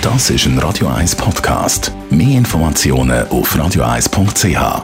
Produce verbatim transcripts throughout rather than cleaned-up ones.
Das ist ein Radio eins Podcast. Mehr Informationen auf radio eins punkt c h.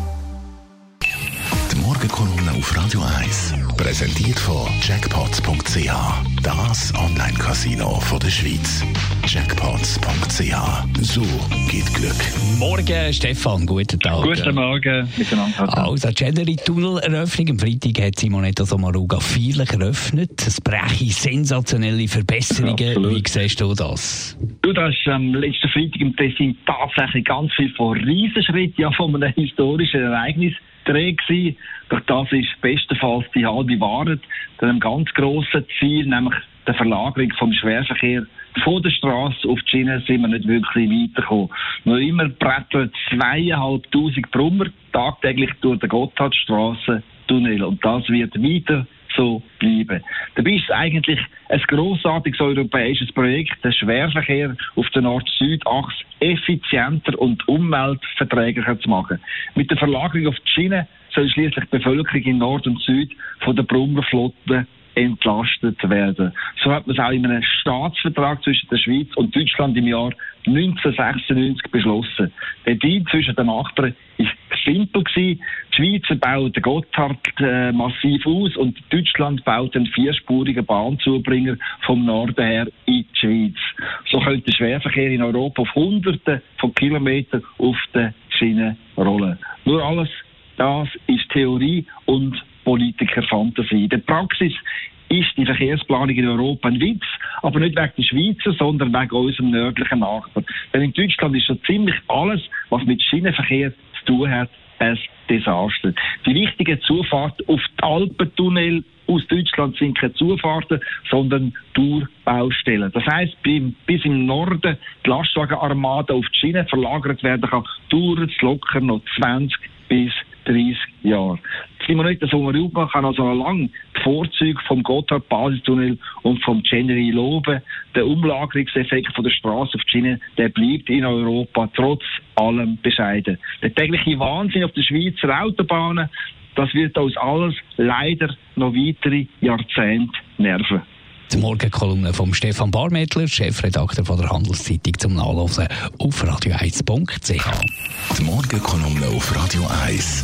Die Morgenkolumne auf Radio eins. Präsentiert von jackpots punkt c h. Das Online-Casino der Schweiz. jackpots punkt c h. So geht Glück. Morgen, Stefan, guten Tag. Guten Morgen miteinander. Also, die Generi-Tunnel-Eröffnung am Freitag hat Simonetta Sommaruga feierlich eröffnet. Es breche sensationelle Verbesserungen. Absolut. Wie siehst du das? Du, das ist am letzten Freitag im Tessin tatsächlich ganz viel von Riesenschritten, ja von einem historischen Ereignis gewesen. Doch das ist bestenfalls die halbe Wahrheit. Zu einem ganz grossen Ziel, nämlich der Verlagerung vom Schwerverkehr von der Straße auf die Schiene, sind wir nicht wirklich weitergekommen. Noch immer brettern zweieinhalbtausend Brummer tagtäglich durch den Gotthardstrasse-Tunnel. Und das wird weiter so bleiben. Dabei ist es eigentlich ein grossartiges europäisches Projekt, den Schwerverkehr auf der Nord-Süd-Achse effizienter und umweltverträglicher zu machen. Mit der Verlagerung auf die Schiene soll schliesslich die Bevölkerung in Nord und Süd von der Brummerflotte entlastet werden. So hat man es auch in einem Staatsvertrag zwischen der Schweiz und Deutschland im Jahr neunzehnhundertsechsundneunzig beschlossen. Der Deal zwischen den Nachbarn war simpel gewesen. Die Schweizer bauen den Gotthard äh, massiv aus und Deutschland baut einen vierspurigen Bahnzubringer vom Norden her in die Schweiz. So könnte der Schwerverkehr in Europa auf Hunderte von Kilometern auf den Schienen rollen. Nur alles das ist Theorie und Politikerfantasie. In der Praxis ist die Verkehrsplanung in Europa ein Witz, aber nicht wegen der Schweizer, sondern wegen unserem nördlichen Nachbarn. Denn in Deutschland ist so ziemlich alles, was mit Schienenverkehr zu tun hat, ein Desaster. Die wichtigen Zufahrten auf die Alpentunnel aus Deutschland sind keine Zufahrten, sondern Durchbaustellen. Das heisst, bis im Norden die Lastwagenarmade auf die Schiene verlagert werden kann, dauert es locker noch zwanzig bis dreißig Jahre. Simonetta Sommaruga kann also noch lange die Vorzüge vom Gotthard-Basistunnel und vom Generi loben. Der Umlagerungseffekt von der Straße auf die Schiene, der bleibt in Europa trotz allem bescheiden. Der tägliche Wahnsinn auf den Schweizer Autobahnen, das wird uns alles leider noch weitere Jahrzehnte nerven. Die Morgenkolumne von Stefan Barmettler, Chefredakteur von der Handelszeitung, zum Nachlesen auf radio eins punkt c h. Die Morgenkolumne auf Radio eins.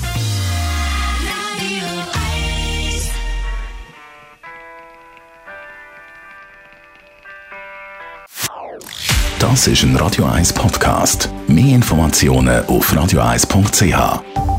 Das ist ein Radio eins Podcast. Mehr Informationen auf radio eins punkt c h.